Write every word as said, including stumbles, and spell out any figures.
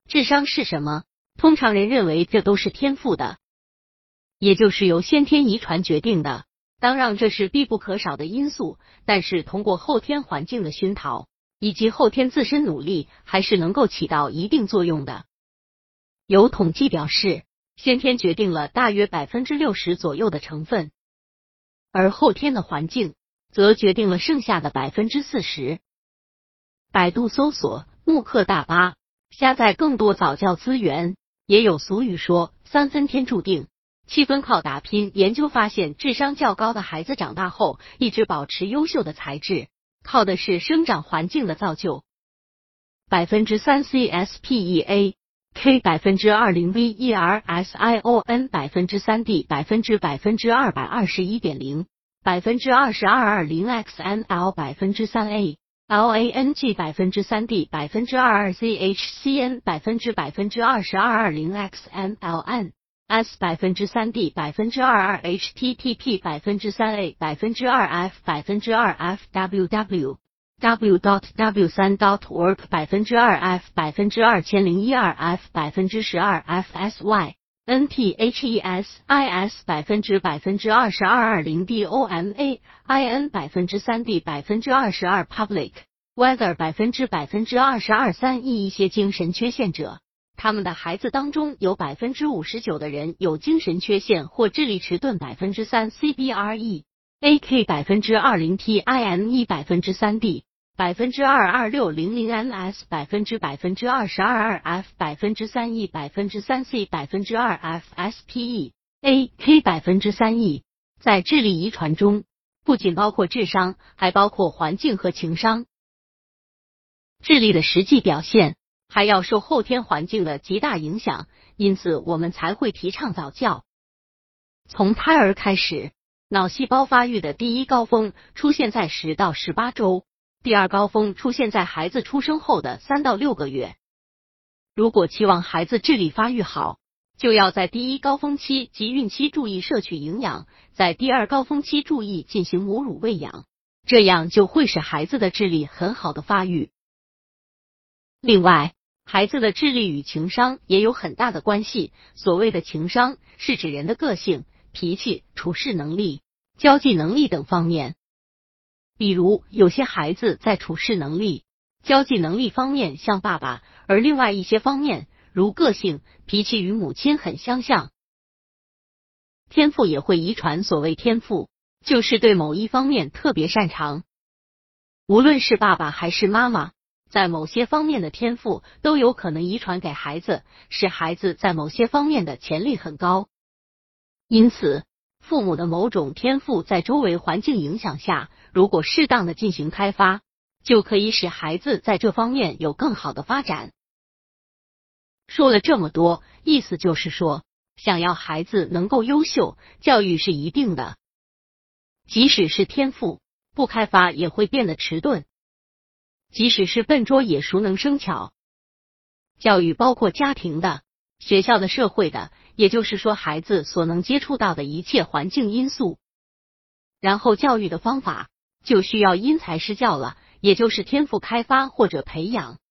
智商是什么？通常人认为这都是天赋的，也就是由先天遗传决定的。当然这是必不可少的因素，但是通过后天环境的熏陶以及后天自身努力，还是能够起到一定作用的。有统计表示，先天决定了大约 百分之六十 左右的成分，而后天的环境则决定了剩下的 百分之四十。 百度搜索慕课大巴，下载更多早教资源。也有俗语说三分天注定，七分靠打拼。研究发现，智商较高的孩子长大后一直保持优秀的才智，靠的是生长环境的造就。百分之三 C S P E A K 百分之二零 V E R S I O N 百分之三 D 百分之百分之二百二十一点零百分之二十二二零 X N L 百分之三 A L A N G 百分之三 D 百分之二二 Z H C N 百分之百分之二十二二零 X N L N S 百分之三 D 百分之二二 H T T P 百分之三 A 百分之二 F 百分之二 F W W W dot W 三 dot org 百分之二 F 百分之二千零一二 F 百分之十二 F S Y N T H E S I S 百分之百分之二十二二零 D O M A I N 百分之三 D 百分之二十二 Public Weather 百分之百分之二十二三 E 一些精神缺陷者，他们的孩子当中有 百分之五十九 的人有精神缺陷或智力迟钝 百分之三 C B R E A K 百分之二十 T I M E 百分之三 D百分之二二六零零 M S 百分之百分之二十二二 F 百分之三 E 百分之三 C 百分之二 F S P E A K 百分之三 E。 在智力遗传中，不仅包括智商，还包括环境和情商。智力的实际表现还要受后天环境的极大影响，因此我们才会提倡早教。从胎儿开始，脑细胞发育的第一高峰出现在十到十八周。第二高峰出现在孩子出生后的三到六个月。如果期望孩子智力发育好，就要在第一高峰期及孕期注意摄取营养，在第二高峰期注意进行母乳喂养，这样就会使孩子的智力很好的发育。另外，孩子的智力与情商也有很大的关系。所谓的情商是指人的个性、脾气、处事能力、交际能力等方面。比如有些孩子在处事能力、交际能力方面像爸爸，而另外一些方面如个性、脾气与母亲很相像。天赋也会遗传，所谓天赋就是对某一方面特别擅长。无论是爸爸还是妈妈，在某些方面的天赋都有可能遗传给孩子，使孩子在某些方面的潜力很高。因此，父母的某种天赋在周围环境影响下，如果适当的进行开发，就可以使孩子在这方面有更好的发展。说了这么多，意思就是说，想要孩子能够优秀，教育是一定的。即使是天赋不开发，也会变得迟钝；即使是笨拙，也熟能生巧。教育包括家庭的、学校的、社会的，也就是说孩子所能接触到的一切环境因素。然后教育的方法就需要因材施教了，也就是天赋开发或者培养。